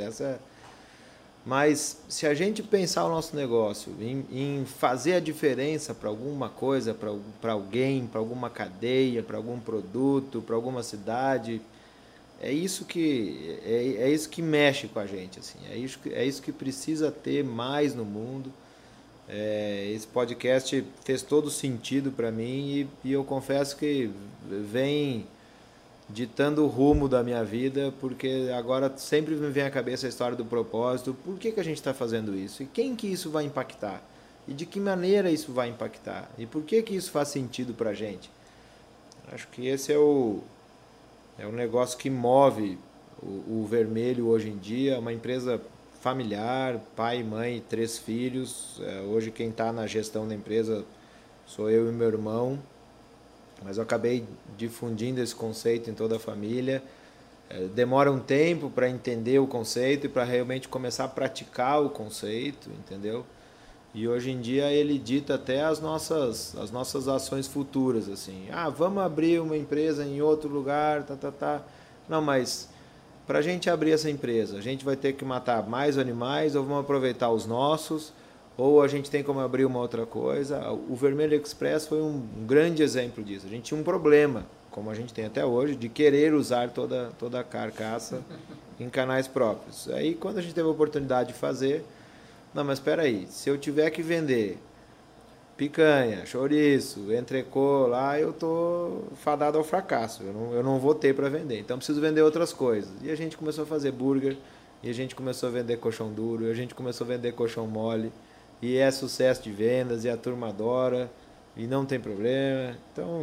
[SPEAKER 2] mas se a gente pensar o nosso negócio em fazer a diferença para alguma coisa, para alguém, para alguma cadeia, para algum produto, para alguma cidade, é isso que mexe com a gente, assim. É isso que precisa ter mais no mundo. Esse podcast fez todo sentido para mim e eu confesso que vem ditando o rumo da minha vida, porque agora sempre me vem à cabeça a história do propósito. Por que a gente está fazendo isso? E quem que isso vai impactar? E de que maneira isso vai impactar? E por que isso faz sentido para a gente? Acho que esse é o negócio que move o Vermelho hoje em dia. Uma empresa familiar, pai, mãe, 3 filhos. Hoje quem está na gestão da empresa sou eu e meu irmão. Mas eu acabei difundindo esse conceito em toda a família. Demora um tempo para entender o conceito e para realmente começar a praticar o conceito, entendeu? E hoje em dia ele dita até as nossas ações futuras, assim. Ah, vamos abrir uma empresa em outro lugar, tá. Não, mas para a gente abrir essa empresa, a gente vai ter que matar mais animais ou vamos aproveitar os nossos, ou a gente tem como abrir uma outra coisa. O Vermelho Express foi um grande exemplo disso. A gente tinha um problema, como a gente tem até hoje, de querer usar toda a carcaça em canais próprios. Aí quando a gente teve a oportunidade de fazer, não, mas espera aí, se eu tiver que vender picanha, chouriço, entrecô, lá eu tô fadado ao fracasso, eu não vou ter para vender, então preciso vender outras coisas. E a gente começou a fazer burger, e a gente começou a vender colchão duro, e a gente começou a vender colchão mole, e é sucesso de vendas, e a turma adora, e não tem problema. Então,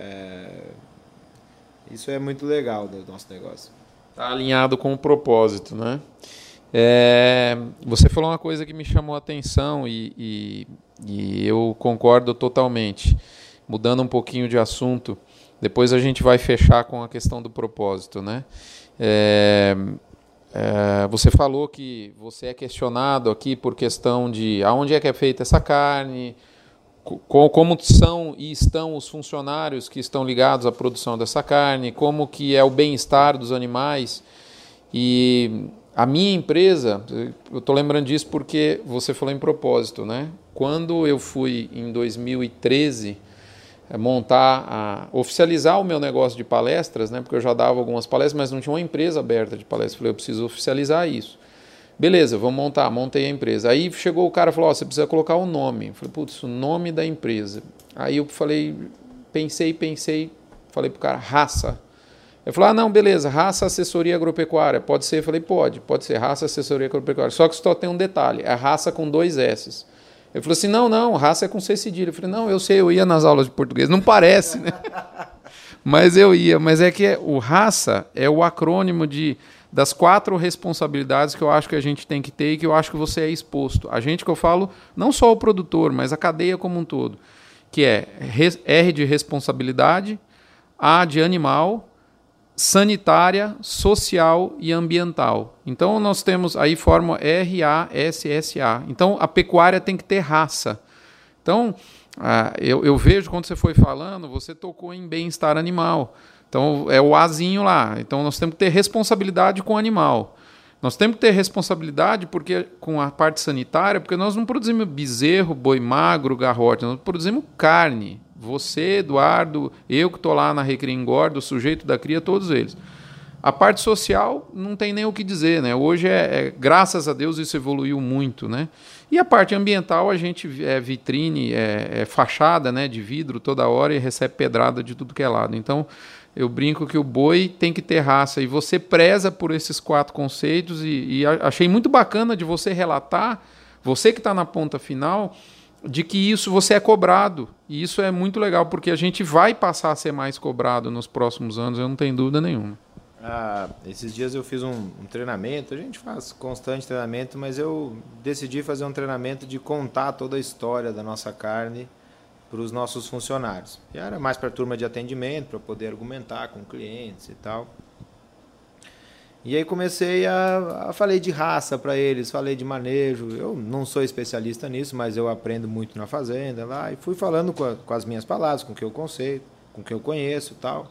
[SPEAKER 2] isso é muito legal do nosso negócio.
[SPEAKER 1] Está alinhado com o propósito, né? Você falou uma coisa que me chamou a atenção e eu concordo totalmente. Mudando um pouquinho de assunto, depois a gente vai fechar com a questão do propósito, né? Você falou que você é questionado aqui por questão de aonde é que é feita essa carne, como são e estão os funcionários que estão ligados à produção dessa carne, como que é o bem-estar dos animais. E a minha empresa, eu estou lembrando disso porque você falou em propósito, né? Quando eu fui em 2013 oficializar o meu negócio de palestras, né? Porque eu já dava algumas palestras, mas não tinha uma empresa aberta de palestras. Eu falei, eu preciso oficializar isso. Beleza, vamos montei a empresa. Aí chegou o cara e falou, você precisa colocar o nome. Eu falei, putz, o nome da empresa. Aí eu falei, pensei, falei pro cara, Raça. Ele falou, não, beleza, Raça Assessoria Agropecuária, pode ser? Eu falei, pode ser Raça Assessoria Agropecuária, só que só tem um detalhe, é Raça com 2 S's. Ele falou assim, não, Raça é com C cedilha. Eu falei, não, eu sei, eu ia nas aulas de português, não parece, né? Mas eu ia, mas é que o Raça é o acrônimo das 4 responsabilidades que eu acho que a gente tem que ter e que eu acho que você é exposto. A gente que eu falo, não só o produtor, mas a cadeia como um todo, que é R de responsabilidade, A de animal, sanitária, social e ambiental. Então nós temos aí forma RASSA. Então a pecuária tem que ter raça. Então eu vejo quando você foi falando, você tocou em bem-estar animal. Então é o Azinho lá. Então nós temos que ter responsabilidade com o animal. Nós temos que ter responsabilidade com a parte sanitária, porque nós não produzimos bezerro, boi magro, garrote, nós produzimos carne. Você, Eduardo, eu que estou lá na Recria Engorda, o sujeito da cria, todos eles. A parte social não tem nem o que dizer, né? Hoje, graças a Deus, isso evoluiu muito, né? E a parte ambiental, a gente é vitrine, fachada, né, de vidro toda hora e recebe pedrada de tudo que é lado. Então, eu brinco que o boi tem que ter raça. E você preza por esses 4 conceitos e achei muito bacana de você relatar, você que está na ponta final, de que isso você é cobrado. E isso é muito legal, porque a gente vai passar a ser mais cobrado nos próximos anos, eu não tenho dúvida nenhuma.
[SPEAKER 2] Esses dias eu fiz um treinamento, a gente faz constante treinamento, mas eu decidi fazer um treinamento de contar toda a história da nossa carne para os nossos funcionários. E era mais para a turma de atendimento, para poder argumentar com clientes e tal. E aí comecei falei de raça para eles, falei de manejo. Eu não sou especialista nisso, mas eu aprendo muito na fazenda lá. E fui falando com as minhas palavras, com o que eu conceito, com o que eu conheço e tal.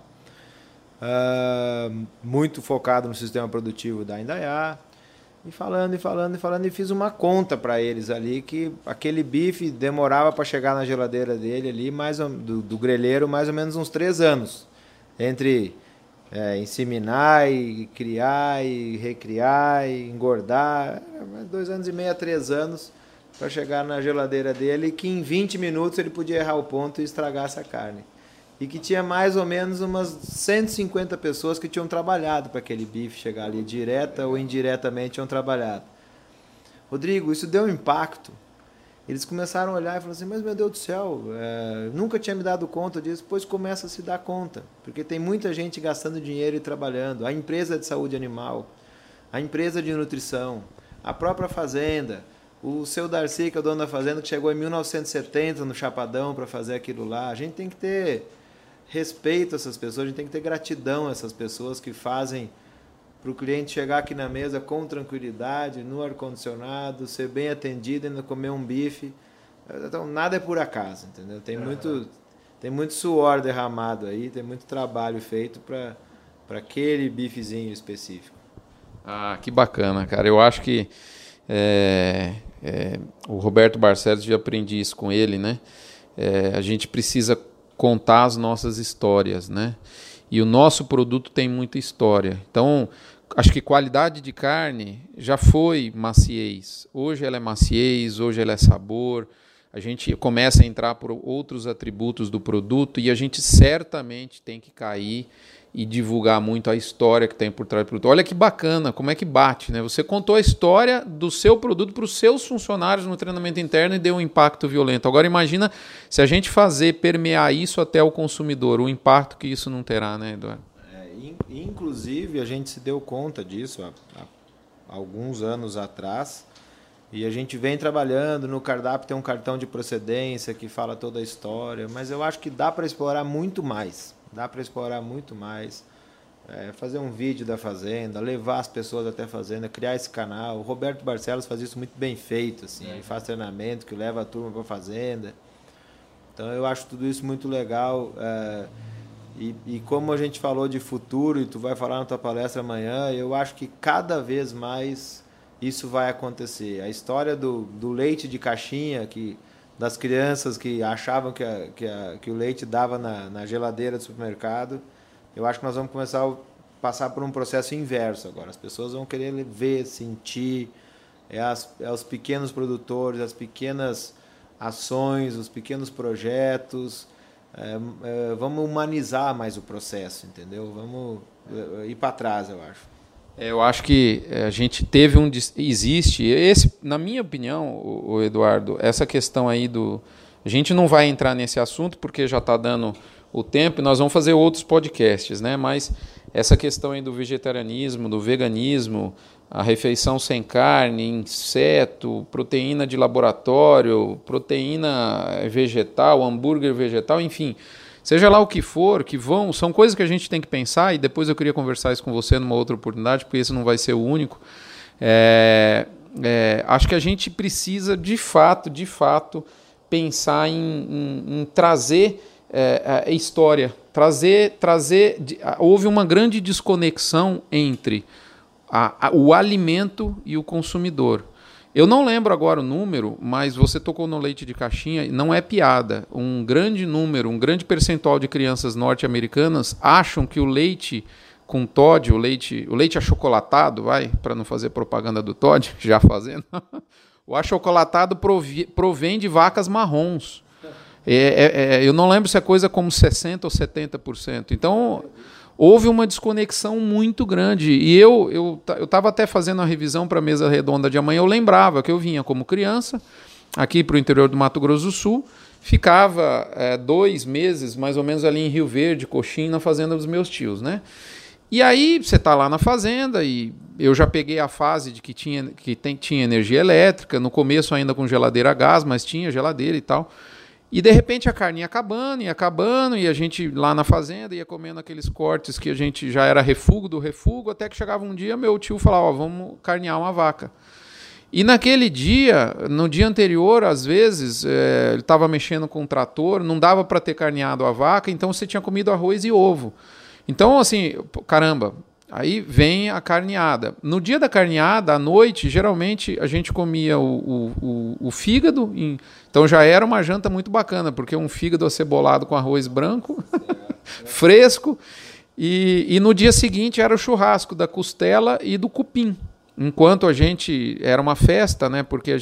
[SPEAKER 2] Muito focado no sistema produtivo da Indaiá. E falando, e fiz uma conta para eles ali, que aquele bife demorava para chegar na geladeira dele ali, do grelheiro, mais ou menos uns 3 anos. Entre inseminar e criar e recriar e engordar, 2 anos e meio a 3 anos para chegar na geladeira dele, que em 20 minutos ele podia errar o ponto e estragar essa carne. E que tinha mais ou menos umas 150 pessoas que tinham trabalhado para aquele bife chegar ali, direta ou indiretamente tinham trabalhado. Rodrigo, isso deu um impacto. Eles começaram a olhar e falaram assim, mas meu Deus do céu, nunca tinha me dado conta disso. Depois começa a se dar conta, porque tem muita gente gastando dinheiro e trabalhando. A empresa de saúde animal, a empresa de nutrição, a própria fazenda, o seu Darcy, que é o dono da fazenda, que chegou em 1970 no Chapadão para fazer aquilo lá. A gente tem que ter respeito a essas pessoas, a gente tem que ter gratidão a essas pessoas que fazem o cliente chegar aqui na mesa com tranquilidade, no ar-condicionado, ser bem atendido, ainda comer um bife. Então, nada é por acaso, entendeu? Tem muito suor derramado aí, tem muito trabalho feito para aquele bifezinho específico.
[SPEAKER 1] Ah, que bacana, cara. Eu acho que o Roberto Barcelos, já aprendi isso com ele, né? A gente precisa contar as nossas histórias, né? E o nosso produto tem muita história. Então, acho que qualidade de carne já foi maciez. Hoje ela é maciez, hoje ela é sabor. A gente começa a entrar por outros atributos do produto e a gente certamente tem que cair e divulgar muito a história que tem por trás do produto. Olha que bacana, como é que bate, né? Você contou a história do seu produto para os seus funcionários no treinamento interno e deu um impacto violento. Agora imagina se a gente permear isso até o consumidor, o impacto que isso não terá, né, Eduardo?
[SPEAKER 2] Inclusive, a gente se deu conta disso há alguns anos atrás, e a gente vem trabalhando no cardápio, tem um cartão de procedência que fala toda a história, mas eu acho que dá para explorar muito mais. Fazer um vídeo da fazenda, levar as pessoas até a fazenda, criar esse canal. O Roberto Barcelos faz isso muito bem feito, assim. Ele faz treinamento que leva a turma para a fazenda. Então eu acho tudo isso muito legal. E como a gente falou de futuro, e tu vai falar na tua palestra amanhã, eu acho que cada vez mais isso vai acontecer. A história do leite de caixinha, das crianças que achavam que o leite dava na geladeira do supermercado, eu acho que nós vamos começar a passar por um processo inverso agora. As pessoas vão querer ver, sentir, os pequenos produtores, as pequenas ações, os pequenos projetos. Vamos humanizar mais o processo, entendeu? Vamos ir para trás, eu acho.
[SPEAKER 1] Eu acho que a gente existe, na minha opinião, o Eduardo, essa questão aí a gente não vai entrar nesse assunto porque já está dando o tempo e nós vamos fazer outros podcasts, né? Mas essa questão aí do vegetarianismo, do veganismo, a refeição sem carne, inseto, proteína de laboratório, proteína vegetal, hambúrguer vegetal, enfim... Seja lá o que for, são coisas que a gente tem que pensar, e depois eu queria conversar isso com você numa outra oportunidade, porque esse não vai ser o único. Acho que a gente precisa, de fato, pensar em trazer a história. Houve uma grande desconexão entre o alimento e o consumidor. Eu não lembro agora o número, mas você tocou no leite de caixinha, não é piada. Um grande percentual de crianças norte-americanas acham que o leite com Toddy, o leite achocolatado, para não fazer propaganda do Toddy, já fazendo, o achocolatado provém de vacas marrons. Eu não lembro se é coisa como 60% ou 70%. Então... houve uma desconexão muito grande. E eu estava até fazendo a revisão para a mesa redonda de amanhã. Eu lembrava que eu vinha como criança aqui para o interior do Mato Grosso do Sul, ficava 2 meses mais ou menos ali em Rio Verde, Coxim, na fazenda dos meus tios, né? E aí você está lá na fazenda e eu já peguei a fase de que tinha energia elétrica, no começo ainda com geladeira a gás, mas tinha geladeira e tal. E de repente a carne ia acabando, e a gente lá na fazenda ia comendo aqueles cortes que a gente já era refúgio do refúgio, até que chegava um dia, meu tio falava, vamos carnear uma vaca. E naquele dia, no dia anterior, às vezes, ele estava mexendo com o trator, não dava para ter carneado a vaca, então você tinha comido arroz e ovo. Então, assim, caramba, aí vem a carneada. No dia da carneada, à noite, geralmente a gente comia o fígado. Então já era uma janta muito bacana, porque um fígado acebolado com arroz branco, fresco. E no dia seguinte era o churrasco da costela e do cupim. Enquanto era uma festa, né? Porque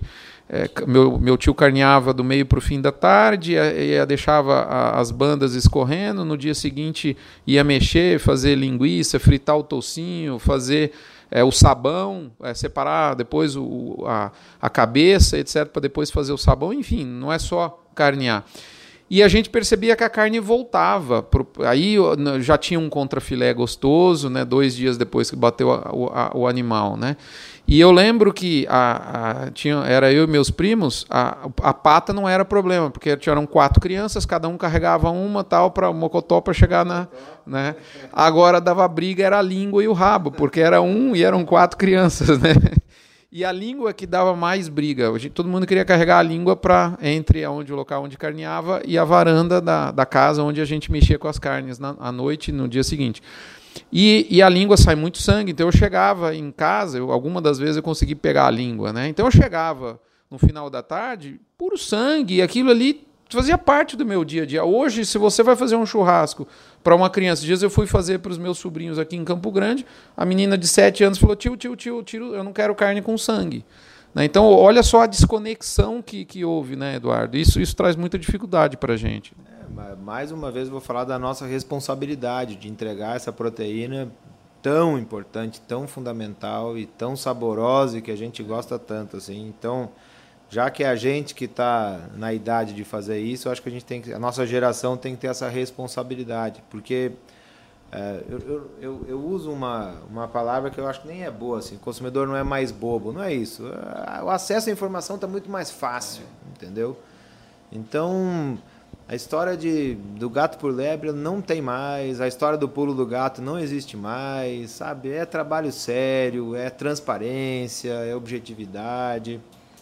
[SPEAKER 1] meu tio carneava do meio para o fim da tarde, deixava as bandas escorrendo, no dia seguinte ia mexer, fazer linguiça, fritar o toucinho, fazer o sabão, separar depois a cabeça, etc., para depois fazer o sabão, enfim, não é só carnear. E a gente percebia que a carne voltava. Aí já tinha um contrafilé gostoso, né, 2 dias depois que bateu o animal, né? E eu lembro que era eu e meus primos, a pata não era problema, porque eram 4 crianças, cada um carregava uma tal para o mocotó para chegar na... Né? Agora dava briga, era a língua e o rabo, porque era um e eram 4 crianças, né? E a língua que dava mais briga. Todo mundo queria carregar a língua entre o local onde carneava e a varanda da casa onde a gente mexia com as carnes à noite no dia seguinte. E a língua sai muito sangue, então eu chegava em casa, alguma das vezes eu consegui pegar a língua, né? Então eu chegava no final da tarde, puro sangue, e aquilo ali fazia parte do meu dia a dia. Hoje, se você vai fazer um churrasco para uma criança, dias eu fui fazer para os meus sobrinhos aqui em Campo Grande, a menina de 7 anos falou, tio, eu não quero carne com sangue. Né? Então, olha só a desconexão que houve, né, Eduardo? Isso traz muita dificuldade para a gente.
[SPEAKER 2] Mais uma vez, eu vou falar da nossa responsabilidade de entregar essa proteína tão importante, tão fundamental e tão saborosa e que a gente gosta tanto. Assim. Então, já que é a gente que está na idade de fazer isso, eu acho que a nossa geração tem que ter essa responsabilidade, porque eu uso uma palavra que eu acho que nem é boa, assim, o consumidor não é mais bobo, não é isso. O acesso à informação está muito mais fácil, entendeu? Então, a história do gato por lebre não tem mais, a história do pulo do gato não existe mais, sabe? É trabalho sério, é transparência, é objetividade...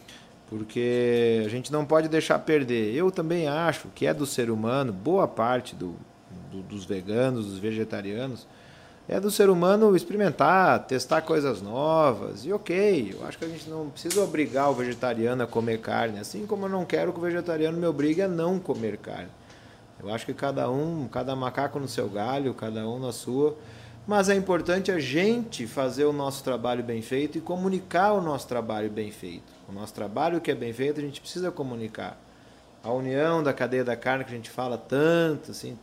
[SPEAKER 2] Porque a gente não pode deixar perder. Eu também acho que é do ser humano, boa parte dos veganos, dos vegetarianos, é do ser humano experimentar, testar coisas novas. E ok, eu acho que a gente não precisa obrigar o vegetariano a comer carne, assim como eu não quero que o vegetariano me obrigue a não comer carne. Eu acho que cada macaco no seu galho, cada um na sua. Mas é importante a gente fazer o nosso trabalho bem feito e comunicar o nosso trabalho bem feito. O nosso trabalho que é bem feito, a gente precisa comunicar. A união da cadeia da carne, que a gente fala tanto, assim,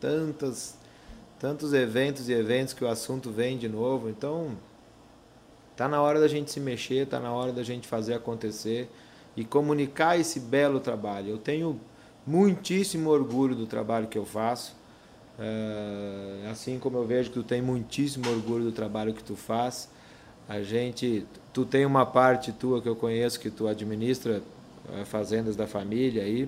[SPEAKER 2] tantos eventos e eventos que o assunto vem de novo. Então, está na hora da gente se mexer, está na hora da gente fazer acontecer e comunicar esse belo trabalho. Eu tenho muitíssimo orgulho do trabalho que eu faço. Assim como eu vejo que tu tem muitíssimo orgulho do trabalho que tu faz, tu tem uma parte tua que eu conheço que tu administra fazendas da família aí,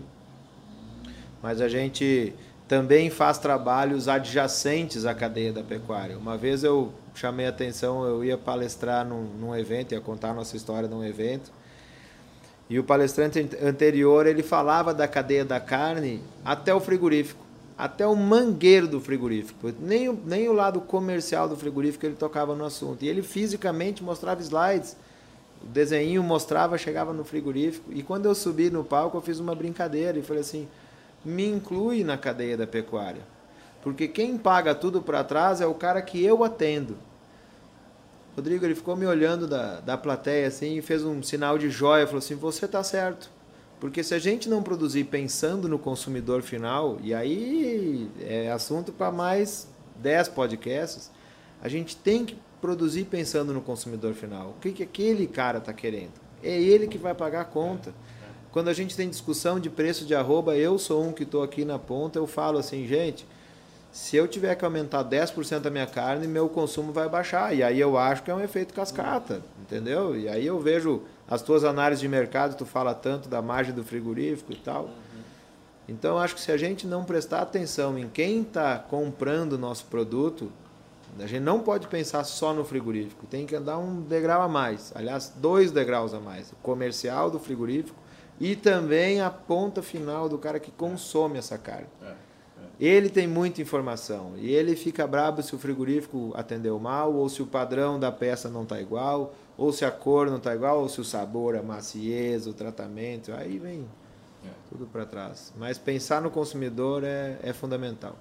[SPEAKER 2] mas a gente também faz trabalhos adjacentes à cadeia da pecuária. Uma vez eu chamei a atenção, eu ia palestrar num evento, ia contar a nossa história num evento, e o palestrante anterior ele falava da cadeia da carne até o frigorífico. Até o mangueiro do frigorífico, nem o lado comercial do frigorífico ele tocava no assunto. E ele fisicamente mostrava slides, o desenho mostrava, chegava no frigorífico. E quando eu subi no palco, eu fiz uma brincadeira e falei assim, me inclui na cadeia da pecuária. Porque quem paga tudo para trás é o cara que eu atendo. Rodrigo, ele ficou me olhando da plateia assim e fez um sinal de joia, falou assim, você está certo. Porque se a gente não produzir pensando no consumidor final, e aí é assunto para mais 10 podcasts, a gente tem que produzir pensando no consumidor final. O que aquele cara está querendo? É ele que vai pagar a conta. Quando a gente tem discussão de preço de arroba, eu sou um que estou aqui na ponta, eu falo assim, gente, se eu tiver que aumentar 10% da minha carne, meu consumo vai baixar. E aí eu acho que é um efeito cascata, entendeu? E aí eu vejo as tuas análises de mercado, tu fala tanto da margem do frigorífico e tal. Então, acho que se a gente não prestar atenção em quem está comprando o nosso produto, a gente não pode pensar só no frigorífico. Tem que andar um degrau a mais. Aliás, 2 degraus a mais. O comercial do frigorífico e também a ponta final do cara que consome essa carne. Ele tem muita informação e ele fica bravo se o frigorífico atendeu mal, ou se o padrão da peça não está igual, ou se a cor não está igual, ou se o sabor, a maciez, o tratamento, aí vem tudo para trás. Mas pensar no consumidor é fundamental.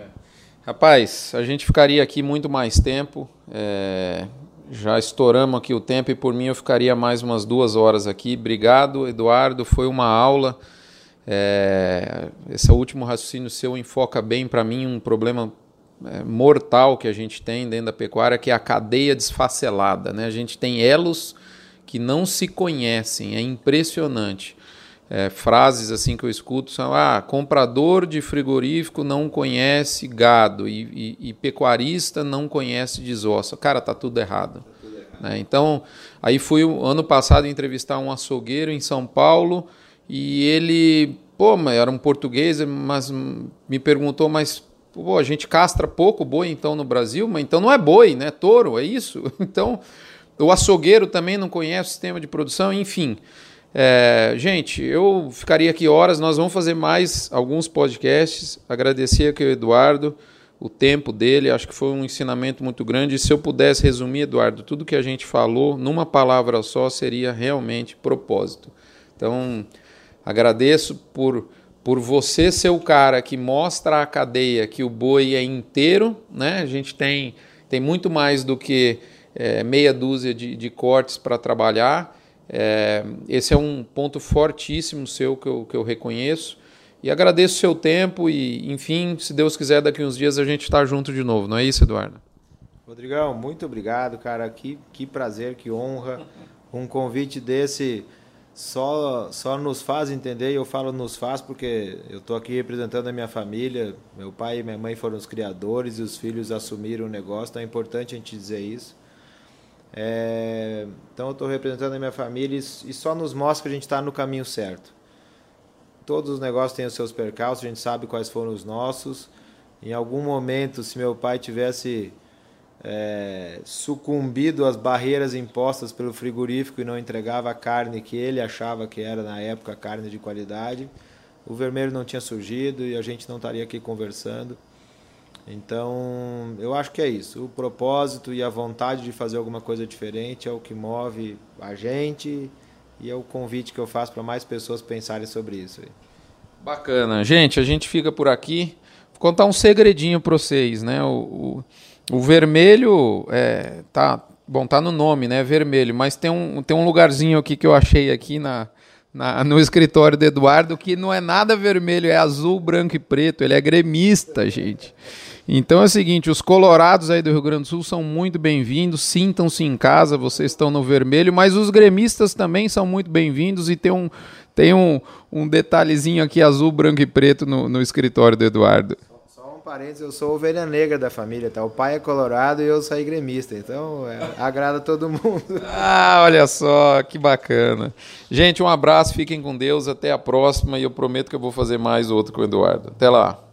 [SPEAKER 1] Rapaz, a gente ficaria aqui muito mais tempo, já estouramos aqui o tempo e por mim eu ficaria mais umas 2 horas aqui. Obrigado, Eduardo, foi uma aula. Esse último raciocínio seu enfoca bem para mim um problema mortal que a gente tem dentro da pecuária, que é a cadeia desfacelada, né? A gente tem elos que não se conhecem, é impressionante. Frases assim que eu escuto são: comprador de frigorífico não conhece gado e pecuarista não conhece desossa. Cara, tá tudo errado. né? Então, aí fui ano passado entrevistar um açougueiro em São Paulo e ele, mas era um português, mas me perguntou, mas a gente castra pouco boi então no Brasil, mas então não é boi, né? Touro, é isso? Então, o açougueiro também não conhece o sistema de produção, enfim. Gente, eu ficaria aqui horas, nós vamos fazer mais alguns podcasts, agradecer aqui ao Eduardo, o tempo dele, acho que foi um ensinamento muito grande, e se eu pudesse resumir, Eduardo, tudo que a gente falou numa palavra só seria realmente propósito. Então, agradeço por você ser o cara que mostra à cadeia que o boi é inteiro, né? A gente tem muito mais do que meia dúzia de cortes para trabalhar. Esse é um ponto fortíssimo seu que eu reconheço. E agradeço o seu tempo e, enfim, se Deus quiser, daqui uns dias a gente está junto de novo. Não é isso, Eduardo?
[SPEAKER 2] Rodrigão, muito obrigado, cara. Que prazer, que honra. Um convite desse só nos faz entender, e eu falo nos faz porque eu estou aqui representando a minha família. Meu pai e minha mãe foram os criadores e os filhos assumiram o negócio, então é importante a gente dizer isso. Então eu estou representando a minha família e só nos mostra que a gente está no caminho certo. Todos os negócios têm os seus percalços, a gente sabe quais foram os nossos. Em algum momento, se meu pai tivesse sucumbido às barreiras impostas pelo frigorífico e não entregava a carne que ele achava que era, na época, carne de qualidade, o vermelho não tinha surgido e a gente não estaria aqui conversando. Então, eu acho que é isso. O propósito e a vontade de fazer alguma coisa diferente é o que move a gente e é o convite que eu faço para mais pessoas pensarem sobre isso.
[SPEAKER 1] Bacana. Gente, a gente fica por aqui. Vou contar um segredinho para vocês, né? O vermelho tá no nome, né? Vermelho, mas tem um lugarzinho aqui que eu achei aqui no escritório do Eduardo que não é nada vermelho, é azul, branco e preto. Ele é gremista, gente. Então é o seguinte, os colorados aí do Rio Grande do Sul são muito bem-vindos, sintam-se em casa, vocês estão no vermelho, mas os gremistas também são muito bem-vindos e tem um detalhezinho aqui azul, branco e preto no escritório do Eduardo.
[SPEAKER 2] Só um parênteses, eu sou ovelha negra da família, tá? O pai é colorado e eu saí gremista, então agrada todo mundo.
[SPEAKER 1] Ah, olha só, que bacana. Gente, um abraço, fiquem com Deus, até a próxima e eu prometo que eu vou fazer mais outro com o Eduardo. Até lá.